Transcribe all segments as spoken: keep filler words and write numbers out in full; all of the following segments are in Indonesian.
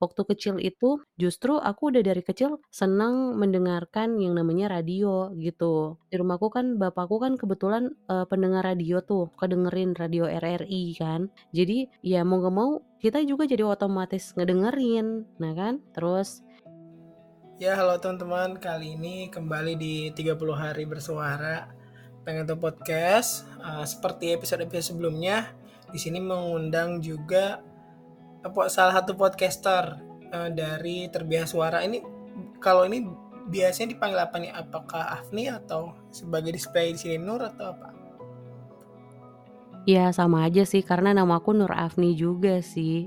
waktu kecil itu justru aku udah dari kecil senang mendengarkan yang namanya radio gitu. Di rumahku kan bapakku kan kebetulan, eee, pendengar radio tuh, kedengerin radio R R I kan. Jadi ya mau nggak mau kita juga jadi otomatis ngedengerin, nah kan. Terus Ya, halo teman-teman. Kali ini kembali di tiga puluh hari bersuara Pengen Tuh Podcast. Uh, seperti episode-episode sebelumnya, di sini mengundang juga apa salah satu podcaster uh, dari Terbiasa Suara. Ini kalau ini biasanya dipanggil apa nih? Apakah Afni atau sebagai display di sini Nur atau apa? ya sama aja sih karena namaku Nur Afni juga sih.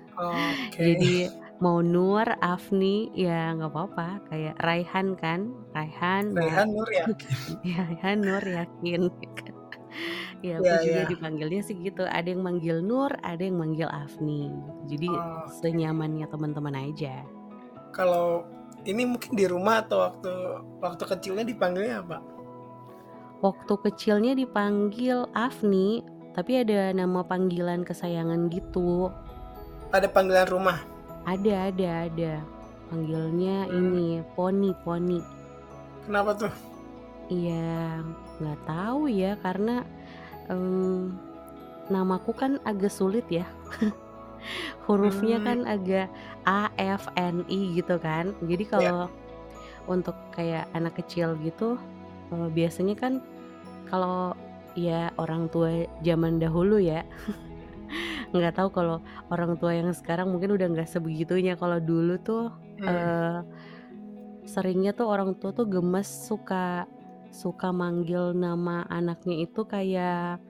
Oke. Jadi mau Nur, Afni, ya nggak apa-apa, kayak Raihan kan, Raihan mau Raihan Nur ya. ya Raihan Nur Yakin ya kan. Ya aku Ya, juga ya. dipanggilnya sih gitu, ada yang manggil Nur, ada yang manggil Afni gitu. Jadi Oke. senyamannya teman-teman aja. Kalau ini mungkin di rumah atau waktu waktu kecilnya dipanggilnya apa? Waktu kecilnya dipanggil Afni, tapi ada nama panggilan kesayangan gitu. Ada panggilan rumah. Ada ada ada. Panggilnya Hmm, ini Poni, Poni. kenapa tuh? Iya, nggak tahu ya karena, mmm, namaku kan agak sulit ya, hurufnya Hmm, kan agak A, F, N, I gitu kan. Jadi ya. kalau untuk kayak anak kecil gitu, eee, biasanya kan kalau ya orang tua zaman dahulu ya, nggak tahu kalau orang tua yang sekarang mungkin udah nggak sebegitunya. Kalau dulu tuh, Hmm. eee, seringnya tuh orang tua tuh gemes suka suka manggil nama anaknya itu kayak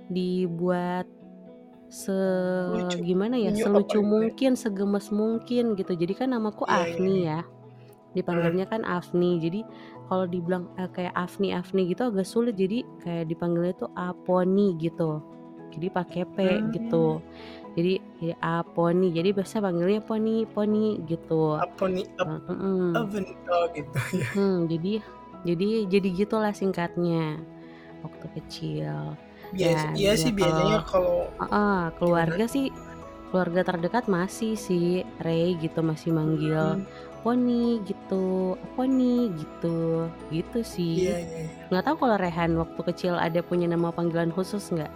dibuat se Lucu. gimana ya, Unyu apa selucu gitu ya? mungkin, segemes mungkin gitu. Jadi kan namaku Iya, iya, Afni iya. ya, Hmm. dipanggilnya kan Afni. Jadi kalau dibilang, eee, kayak Afni Afni gitu agak sulit, jadi kayak dipanggilnya tuh Aponi gitu. Jadi pakai P Hmm. gitu. Jadi jadi Aponi, jadi biasa panggilnya Poni Poni gitu. Apa nih? Ap Eee, mhm, apa nih? Oh gitu ya. mhm, jadi jadi jadi gitulah singkatnya waktu kecil. Biasa, iya Dan ya sih biasanya kalau kalau heeh, gimana? keluarga sih keluarga terdekat masih sih, Rey gitu, masih manggil Hmm. Poni gitu, Poni gitu, gitu Iya, sih. iya, iya. Nggak tahu kalau Rehan waktu kecil ada punya nama panggilan khusus nggak?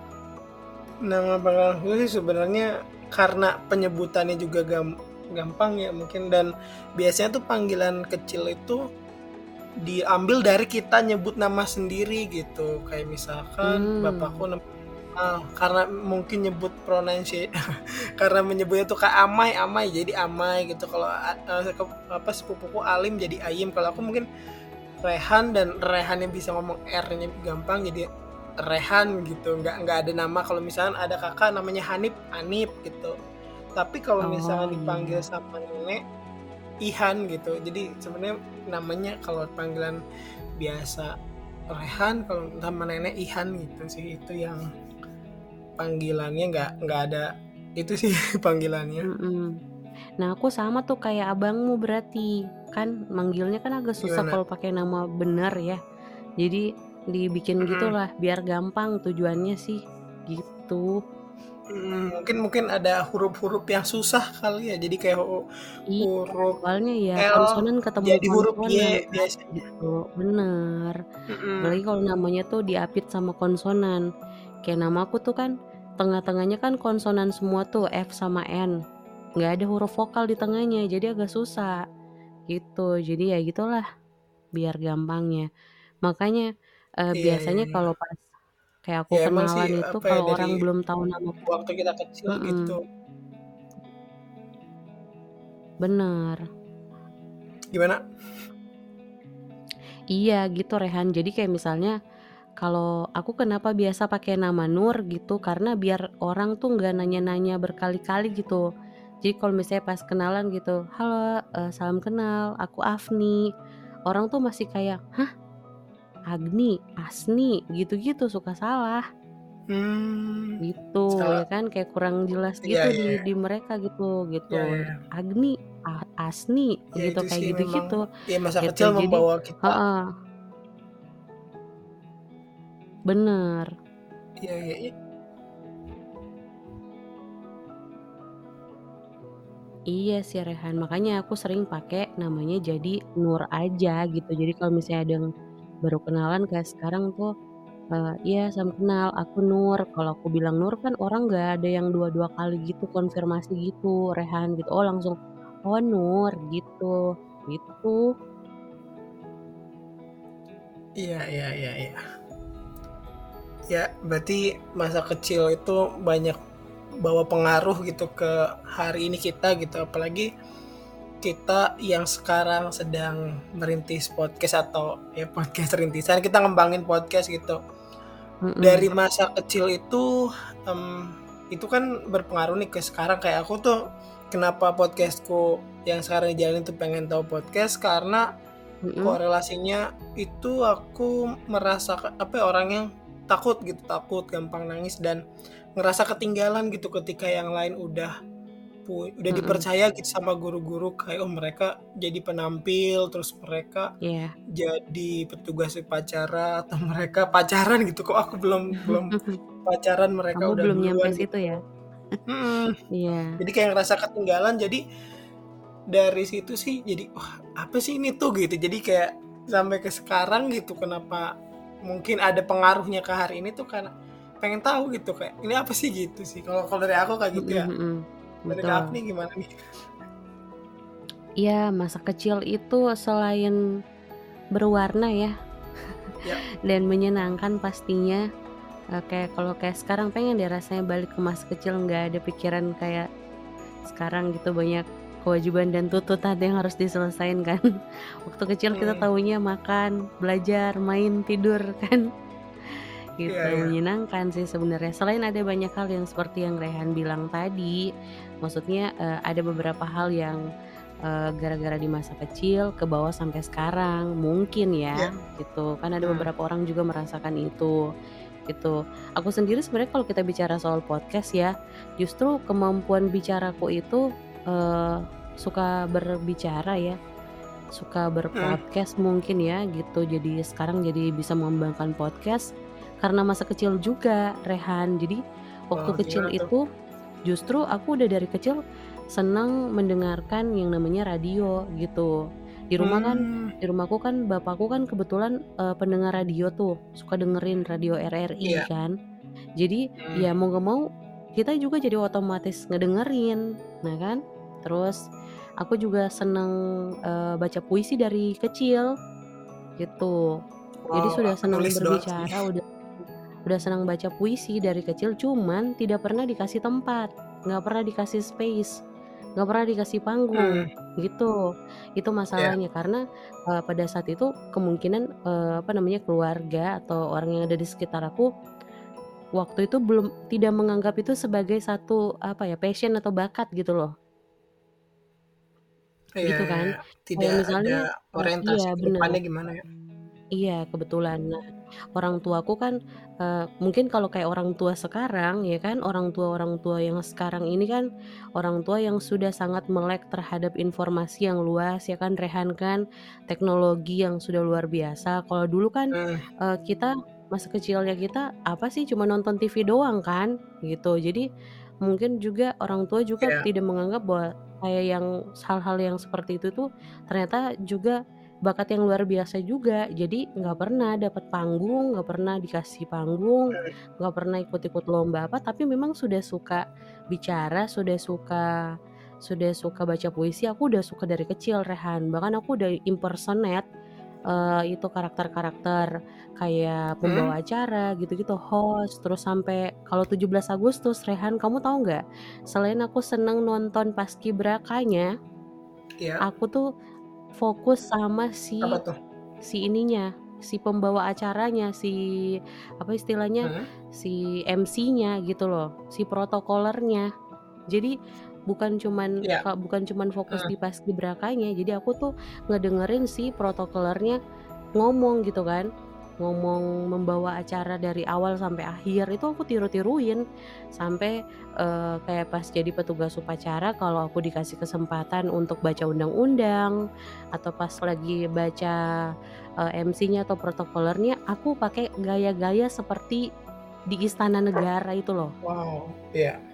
Nama panggilan gue sih sebenarnya karena penyebutannya juga gam gampang ya mungkin, dan biasanya tuh panggilan kecil itu diambil dari kita nyebut nama sendiri gitu. Kayak misalkan Mmm, bapakku Ah, karena mungkin nyebut pronansi karena menyebutnya tuh kayak Amai, Amai jadi Amai gitu. Kalau a eee, ke apa, sepupuku Alim jadi Ayim. Kalau aku mungkin Rehan, dan Rehan yang bisa ngomong R-nya gampang jadi Rehan gitu. Nggak nggak ada nama, kalau misalkan ada kakak namanya Hanif, Anip gitu. Tapi kalau misalkan oh dipanggil iya, sama nenek, Ihan gitu. Jadi sebenarnya namanya kalau panggilan biasa Rehan, kalau sama nenek Ihan gitu sih. Itu yang panggilannya nggak nggak ada itu sih panggilannya. mhm. Nah aku sama tuh kayak abangmu berarti, kan manggilnya kan agak susah Gimana? kalau pakai nama bener ya. Jadi dibikin Mhm, gitulah biar gampang tujuannya sih, gitu. mhm, mungkin mungkin ada huruf-huruf yang susah kali ya, jadi kayak hu Iya, huruf soalnya ya L konsonan ketemu jadi huruf konsonan Y kan, biasanya. gitu, bener. Mhm. Apalagi kalau namanya tuh diapit sama konsonan. Kayak namaku tuh kan tengah-tengahnya kan konsonan semua tuh F sama N, nggak ada huruf vokal di tengahnya, jadi agak susah, gitu. Jadi ya gitulah biar gampangnya. Makanya, eee, Iya, iya, biasanya iya. kalau pas kayak aku Ya emang sih kenalan itu apa ya, kalau dari orang belum tahu namaku waktu kita kecil gitu. mhm, bener. Gimana? Iya gitu Rehan, jadi kayak misalnya kalau aku kenapa biasa pakai nama Nur gitu, karena biar orang tuh nggak nanya-nanya berkali-kali gitu. Jadi kalau misalnya pas kenalan gitu, "Halo, eee, salam kenal, aku Afni." Orang tuh masih kayak, "Hah, Agni, Asni?" Gitu-gitu, suka salah, Mmm, gitu ya salah. kan, kayak kurang jelas Iya, gitu iya, di iya. di mereka gitu gitu. Iya, iya, iya. Agni, A Asni, Ya gitu, itu kayak sih memang, gitu-gitu, ya masa gitu. kecil Jadi membawa kita. heeh, bener. Iya, iya, iya. Iya sih Rehan, makanya aku sering pakai namanya jadi Nur aja gitu. Jadi kalau misalnya ada yang baru kenalan kayak sekarang tuh, eee, "Iya salam kenal, aku Nur." Kalau aku bilang Nur kan orang nggak ada yang dua-dua kali gitu konfirmasi gitu, Rehan gitu. Oh langsung, "Oh Nur," gitu, gitu. Iya, iya, iya, iya. Ya, berarti masa kecil itu banyak bawa pengaruh gitu ke hari ini kita gitu, apalagi kita yang sekarang sedang merintis podcast atau ya podcast rintisan, kita ngembangin podcast gitu. Dari Mhm, masa kecil itu, mmm, itu kan berpengaruh nih ke sekarang. Kayak aku tuh kenapa podcastku yang sekarang dijalanin tuh pengen tahu podcast, karena mhm, korelasinya itu aku merasa apa ya, orang yang takut gitu, takut gampang nangis dan ngerasa ketinggalan gitu ketika yang lain udah pu udah mhm, dipercaya gitu sama guru-guru kayak, oh mereka jadi penampil, terus mereka iya. jadi petugas upacara atau mereka pacaran gitu, kok aku belum belum pacaran mereka Kamu udah belum nyampe duluan situ ya? gitu. Mhm, Iya, jadi kayak ngerasa ketinggalan, jadi dari situ sih jadi, "Wah, apa sih ini tuh?" Gitu. Jadi kayak sampai ke sekarang gitu, kenapa mungkin ada pengaruhnya ke hari ini tuh karena pengen tahu gitu, kayak, "Ini apa sih?" Gitu sih. Kalau kalau dari aku kayak gitu mhm ya. mhm, Dari Kak betul. Agni gimana nih? Iya, masa kecil itu selain berwarna ya, Ya, dan menyenangkan pastinya, eee, kayak kalau kayak sekarang pengen deh rasanya balik ke masa kecil, nggak ada pikiran kayak sekarang gitu, banyak kewajiban dan tuntutan yang harus diselesain kan. Waktu kecil kita mhm, taunya makan, belajar, main, tidur kan, iya, gitu. iya, Menyenangkan sih sebenarnya, selain ada banyak hal yang seperti yang Rehan bilang tadi, maksudnya, eee, ada beberapa hal yang, eee, gara-gara di masa kecil kebawa sampai sekarang, mungkin iya, ya, gitu. Kan ada mhm, beberapa orang juga merasakan itu, gitu. Aku sendiri sebenarnya kalau kita bicara soal podcast ya, justru kemampuan bicaraku itu, eee, suka berbicara ya, suka mhm. berpodcast mungkin ya gitu. Jadi sekarang jadi bisa mengembangkan podcast karena masa kecil juga, Rehan. Jadi waktu Oh, kecil gimana tuh? itu justru aku udah dari kecil senang mendengarkan yang namanya radio gitu. Di rumah kan Mmm, di rumahku kan bapakku kan kebetulan, eee, pendengar radio tuh, suka dengerin radio R R I iya, kan. Jadi mhm, ya mau nggak mau kita juga jadi otomatis ngedengerin, nah kan. Terus aku juga seneng, eee, baca puisi dari kecil gitu. Jadi wow, sudah aku senang nulis doang sih. berbicara, udah udah senang baca puisi dari kecil, cuman tidak pernah dikasih tempat, nggak pernah dikasih space, nggak pernah dikasih panggung, Mhm, gitu. Itu iya, masalahnya karena, eee, pada saat itu kemungkinan, eee, apa namanya, keluarga atau orang yang ada di sekitar aku waktu itu belum tidak menganggap itu sebagai satu, apa ya, passion atau bakat gitu loh, iya, gitu iya, kan. iya, Kayak tidak ada misalnya eee, iya orientasi ke bener, depannya gimana ya? iya kebetulan. Nah, orang tuaku kan, eee, mungkin kalau kayak orang tua sekarang ya kan, orang tua-orang tua yang sekarang ini kan, orang tua yang sudah sangat melek terhadap informasi yang luas ya kan, Rehan kan, teknologi yang sudah luar biasa. Kalau dulu kan, Mhm, eee, kita masa kecilnya kita apa sih, cuma nonton T V doang kan, gitu. Jadi mungkin juga orang tua juga iya, tidak menganggap bahwa kayak yang hal-hal yang seperti itu tuh ternyata juga bakat yang luar biasa juga. Jadi nggak pernah dapat panggung, nggak pernah dikasih panggung, mhm, nggak pernah ikut-ikut lomba apa, tapi memang sudah suka bicara, sudah suka sudah suka baca puisi, aku udah suka dari kecil, Rehan. Bahkan aku udah impersonate, eee, itu karakter-karakter kayak mhm, pembawa acara gitu-gitu, host, terus sampai kalau tujuh belas Agustus, Rehan, kamu tahu nggak, selain aku seneng nonton paskibrakanya, iya, aku tuh fokus sama apa si tuh? si ininya, si pembawa acaranya, si apa istilahnya, Mhm, si M C-nya gitu loh, si protokolernya. Jadi bukan cuman iya, ka bukan cuman fokus mhm, di paskibrakanya, jadi aku tuh ngedengerin si protokolernya ngomong gitu kan, ngomong membawa acara dari awal sampai akhir, itu aku tiru-tiruin. Sampai, eee, kayak pas jadi petugas upacara kalau aku dikasih kesempatan untuk baca undang-undang, atau pas lagi baca, eee, M C-nya atau protokolernya, aku pakai gaya-gaya seperti di istana negara itu loh. wow, iya,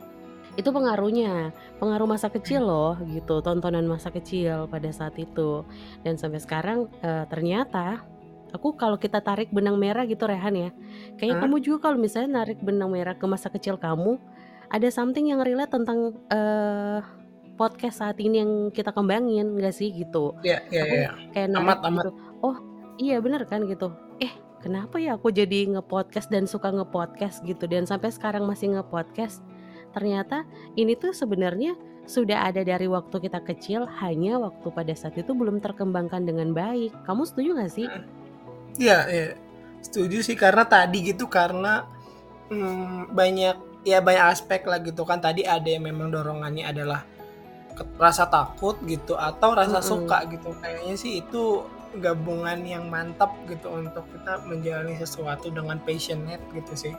Itu pengaruhnya, pengaruh masa Mmm. kecil loh gitu, tontonan masa kecil pada saat itu. Dan sampai sekarang, eee, ternyata aku kalau kita tarik benang merah gitu Rehan ya, kayaknya Heeh. kamu juga kalau misalnya narik benang merah ke masa kecil kamu, ada something yang relate tentang, eee, podcast saat ini yang kita kembangin nggak sih gitu. Iya iya iya, Aku kayak amat narik amat. gitu, oh iya bener kan gitu, eh kenapa ya aku jadi nge-podcast dan suka nge-podcast gitu dan sampai sekarang masih nge-podcast. Ternyata ini tuh sebenarnya sudah ada dari waktu kita kecil, hanya waktu pada saat itu belum terkembangkan dengan baik. Kamu setuju nggak sih? Mhm. Iya iya, setuju sih karena tadi gitu karena, mmm, banyak ya banyak aspek lah gitu kan tadi ada yang memang dorongannya adalah ket rasa takut gitu atau rasa Mhm, suka gitu kayaknya sih itu gabungan yang mantap gitu untuk kita menjalani sesuatu dengan passionate gitu sih,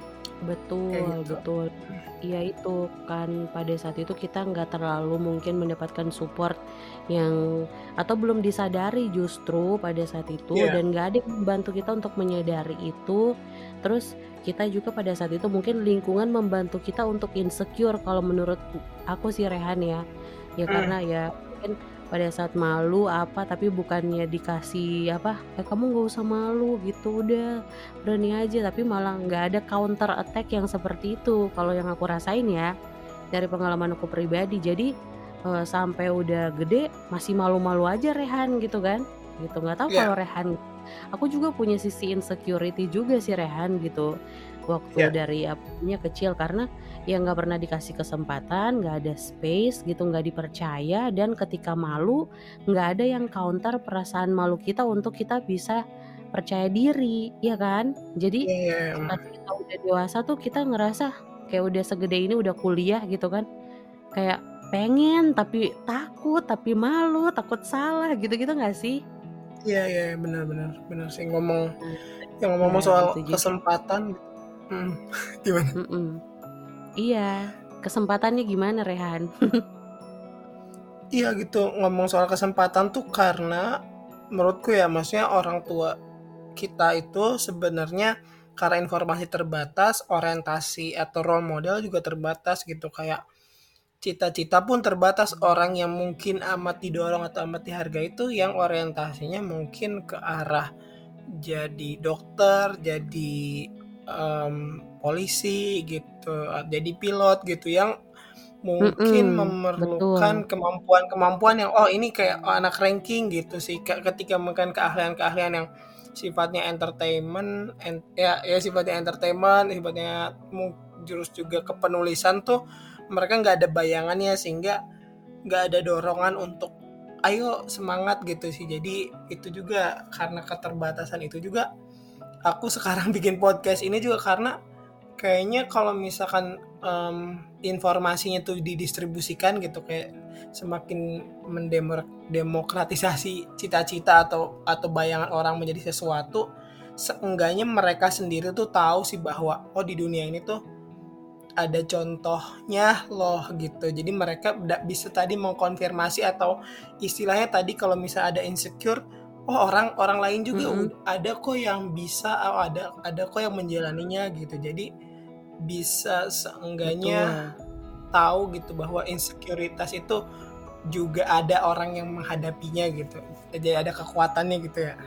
kayak betul gitu. betul. Iya itu kan pada saat itu kita nggak terlalu mungkin mendapatkan support yang atau belum disadari justru pada saat itu Iya, dan nggak ada yang membantu kita untuk menyadari itu. Terus kita juga pada saat itu mungkin lingkungan membantu kita untuk insecure kalau menurut aku sih Rehan ya. Ya mhm, karena ya mungkin pada saat malu apa tapi bukannya dikasih apa, "Eh kamu nggak usah malu gitu, udah berani aja," tapi malah nggak ada counter attack yang seperti itu, kalau yang aku rasain ya, dari pengalaman aku pribadi. Jadi, eee, sampai udah gede masih malu-malu aja Rehan gitu kan, gitu. Nggak tahu iya kalau Rehan aku juga punya sisi insecurity juga sih Rehan gitu, waktu iya dari apanya kecil karena ya nggak pernah dikasih kesempatan, nggak ada space gitu, nggak dipercaya dan ketika malu, nggak ada yang counter perasaan malu kita untuk kita bisa percaya diri, ya kan? Jadi iya iya iya, pas mhm. kita udah dewasa tuh kita ngerasa kayak udah segede ini udah kuliah gitu kan, kayak pengen tapi takut, tapi malu, takut salah gitu-gitu nggak sih? Iya iya, benar benar benar sih ngomong Nah, yang ya ngomong soal gitu juga. kesempatan mhm, gimana? Mhm. Iya, kesempatannya gimana Rehan? Iya gitu, ngomong soal kesempatan tuh karena menurutku ya, maksudnya orang tua kita itu sebenarnya karena informasi terbatas, orientasi atau role model juga terbatas gitu, kayak cita-cita pun terbatas. Orang yang mungkin amat didorong atau amat dihargai itu yang orientasinya mungkin ke arah jadi dokter, jadi, mmm, polisi gitu, jadi pilot gitu, yang mungkin Mhm, memerlukan betul. kemampuan-kemampuan yang, oh ini kayak oh, anak ranking gitu sih, Kak, ketika mungkin keahlian-keahlian yang sifatnya entertainment, en ya ya sifatnya entertainment, sifatnya mu jurus juga kepenulisan tuh mereka nggak ada bayangannya sehingga nggak ada dorongan untuk, "Ayo semangat," gitu sih. Jadi itu juga karena keterbatasan itu juga aku sekarang bikin podcast ini juga karena kayaknya kalau misalkan, mmm, informasinya tuh didistribusikan gitu kayak semakin mendemor demokratisasi cita-cita atau atau bayangan orang menjadi sesuatu, seenggaknya mereka sendiri tuh tahu sih bahwa, oh di dunia ini tuh ada contohnya loh gitu. Jadi mereka da bisa tadi mengkonfirmasi atau istilahnya tadi kalau misalnya ada insecure, oh orang orang lain juga ud Mhm, ada kok yang bisa, oh ada ada kok yang menjalaninya gitu. Jadi bisa seenggaknya betul. tahu gitu bahwa insekuritas itu juga ada orang yang menghadapinya gitu. Jadi ada kekuatannya gitu ya,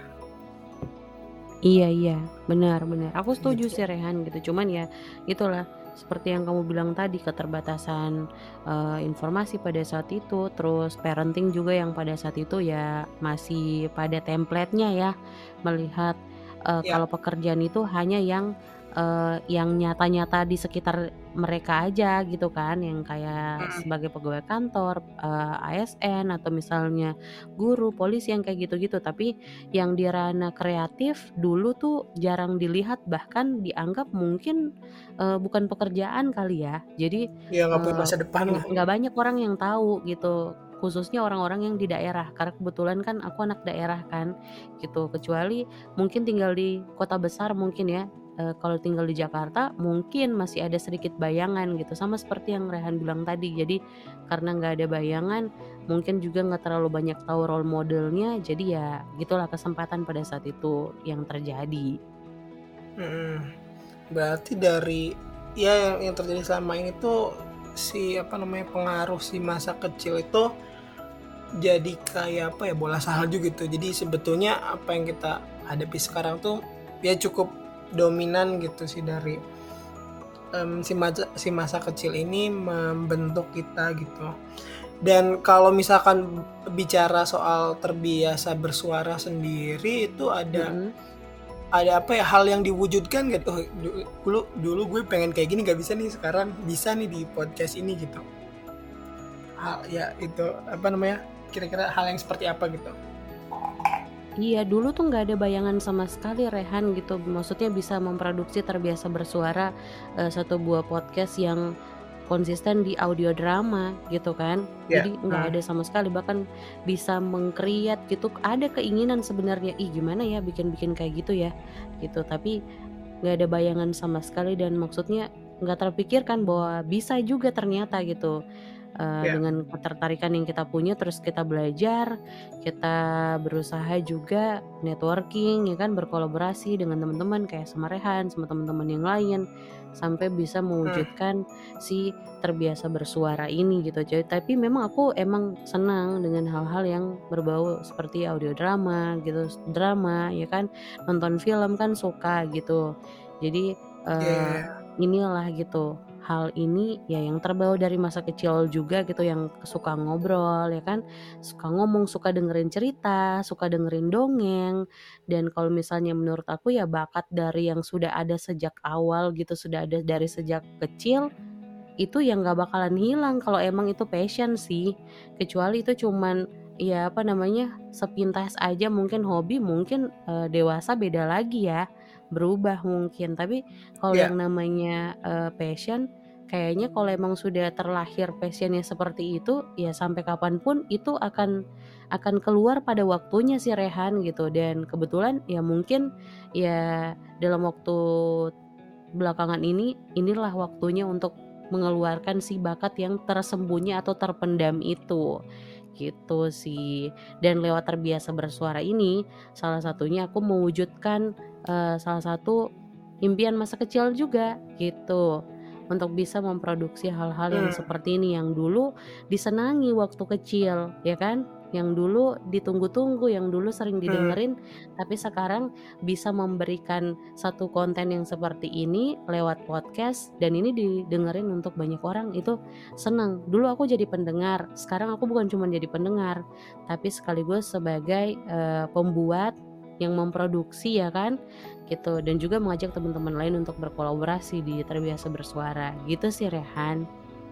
Iya iya, benar benar. Aku kayak setuju gitu. sih Rehan gitu, cuman ya itulah, seperti yang kamu bilang tadi keterbatasan, eee, informasi pada saat itu, terus parenting juga yang pada saat itu ya masih pada template-nya ya, melihat, eee, Ya, kalau pekerjaan itu hanya yang, eee, yang nyata-nyata di sekitar mereka aja gitu kan, yang kayak mhm, sebagai pegawai kantor, eee, A S N atau misalnya guru, polisi yang kayak gitu-gitu. Tapi yang di ranah kreatif dulu tuh jarang dilihat bahkan dianggap mungkin, eee, bukan pekerjaan kali ya. Jadi, dia nggak punya eee, masa depan nggak lah. nggak banyak orang yang tahu gitu, khususnya orang-orang yang di daerah karena kebetulan kan aku anak daerah kan gitu. Kecuali mungkin tinggal di kota besar mungkin ya, eee, kalau tinggal di Jakarta mungkin masih ada sedikit bayangan gitu sama seperti yang Rehan bilang tadi. Jadi karena nggak ada bayangan mungkin juga nggak terlalu banyak tahu role modelnya, jadi ya gitulah kesempatan pada saat itu yang terjadi. Mhm. Berarti dari ya yang yang terjadi selama ini tuh si apa namanya pengaruh si masa kecil itu jadi kayak apa ya bola salju gitu. Jadi sebetulnya apa yang kita hadapi sekarang tuh ya cukup dominan gitu sih dari um, si masa si masa kecil ini membentuk kita gitu. Dan kalau misalkan bicara soal terbiasa bersuara sendiri itu ada Mm-mm. ada apa ya hal yang diwujudkan gitu. Oh, du- dulu dulu gue pengen kayak gini nggak bisa nih, sekarang bisa nih di podcast ini gitu. Hal ya itu apa namanya kira-kira hal yang seperti apa gitu. Iya, dulu tuh nggak ada bayangan sama sekali Rehan gitu. Maksudnya bisa memproduksi terbiasa bersuara eh, satu buah podcast yang konsisten di audio drama gitu kan. Ya. Jadi nggak Hmm. ada sama sekali, bahkan bisa mengkreat gitu. Ada keinginan sebenarnya, ih gimana ya bikin-bikin kayak gitu ya gitu. Tapi nggak ada bayangan sama sekali dan maksudnya nggak terpikirkan bahwa bisa juga ternyata gitu. Eh, Ya. dengan ketertarikan yang kita punya terus kita belajar, kita berusaha juga networking ya kan, berkolaborasi dengan teman-teman kayak sama Rehan, sama teman-teman yang lain sampai bisa Hmm. mewujudkan si terbiasa bersuara ini gitu coy. Tapi memang aku emang senang dengan hal-hal yang berbau seperti audio drama gitu, drama ya kan, nonton film kan suka gitu. Jadi eh, Ya. inilah gitu hal ini ya yang terbawa dari masa kecil juga gitu, yang suka ngobrol ya kan, suka ngomong, suka dengerin cerita, suka dengerin dongeng. Dan kalau misalnya menurut aku ya bakat dari yang sudah ada sejak awal gitu, sudah ada dari sejak kecil, itu yang nggak bakalan hilang kalau emang itu passion sih. Kecuali itu cuman ya apa namanya sepintas aja, mungkin hobi, mungkin eh, dewasa beda lagi ya, berubah mungkin. Tapi kalau Ya. yang namanya eh, passion, kayaknya kalau emang sudah terlahir passionnya seperti itu ya sampai kapanpun itu akan akan keluar pada waktunya sih Rehan gitu. Dan kebetulan ya mungkin ya dalam waktu belakangan ini inilah waktunya untuk mengeluarkan si bakat yang tersembunyi atau terpendam itu gitu sih. Dan lewat terbiasa bersuara ini salah satunya aku mewujudkan eh, salah satu impian masa kecil juga gitu, untuk bisa memproduksi hal-hal yang Hmm. seperti ini yang dulu disenangi waktu kecil ya kan, yang dulu ditunggu-tunggu, yang dulu sering Hmm. didengerin, tapi sekarang bisa memberikan satu konten yang seperti ini lewat podcast dan ini didengerin untuk banyak orang, itu senang. Dulu aku jadi pendengar, sekarang aku bukan cuma jadi pendengar, tapi sekaligus sebagai eh, pembuat yang memproduksi ya kan gitu, dan juga mengajak teman-teman lain untuk berkolaborasi di terbiasa bersuara gitu sih Rehan.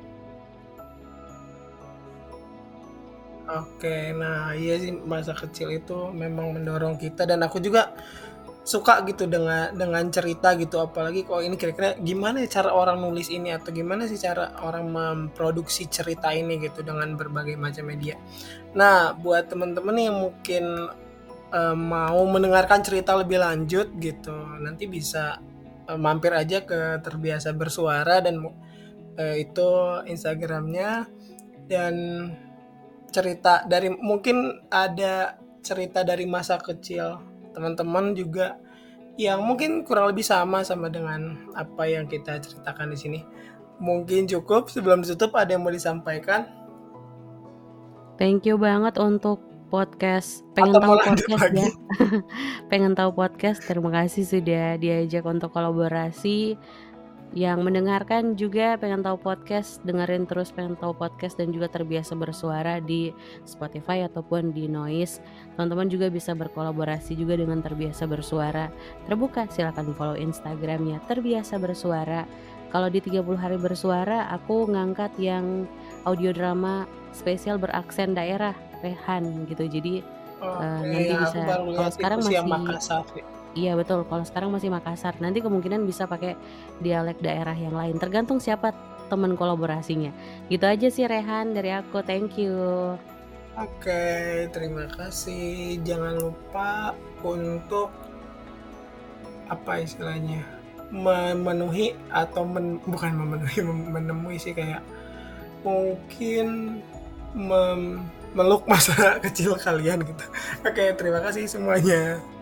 Oke, nah iya sih masa kecil itu memang mendorong kita dan aku juga suka gitu dengan dengan cerita gitu, apalagi kalau ini kira-kira gimana ya cara orang nulis ini atau gimana sih cara orang memproduksi cerita ini gitu dengan berbagai macam media. Nah, buat teman-teman yang mungkin eh, mau mendengarkan cerita lebih lanjut gitu, nanti bisa eh, mampir aja ke Terbiasa Bersuara dan eh, itu Instagramnya, dan cerita dari mungkin ada cerita dari masa kecil teman-teman juga yang mungkin kurang lebih sama sama dengan apa yang kita ceritakan di sini. Mungkin cukup, sebelum ditutup ada yang mau disampaikan Thank you banget untuk podcast atau pengen mau tahu lanjut podcast lagi? ya. Pengen tahu podcast, terima kasih sudah diajak untuk kolaborasi. Yang mendengarkan juga pengen tahu podcast, dengerin terus pengen tahu podcast dan juga terbiasa bersuara di Spotify ataupun di Noise. Teman-teman juga bisa berkolaborasi juga dengan terbiasa bersuara. Terbuka, silakan follow Instagramnya terbiasa bersuara. Kalau di tiga puluh hari bersuara aku ngangkat yang audio drama spesial beraksen daerah Rehan gitu. Jadi uh, Oke, nanti ya aku bisa, baru kalau lihat itu sekarang sih yang masih. Makassar. Iya betul, kalau sekarang masih Makassar. Nanti kemungkinan bisa pakai dialek daerah yang lain, tergantung siapa teman kolaborasinya. Gitu aja sih Rehan dari aku, thank you. Oke, terima kasih. Jangan lupa untuk apa istilahnya memenuhi atau men, bukan memenuhi menemui sih, kayak mungkin mem, meluk masa kecil kalian gitu. Oke, terima kasih semuanya.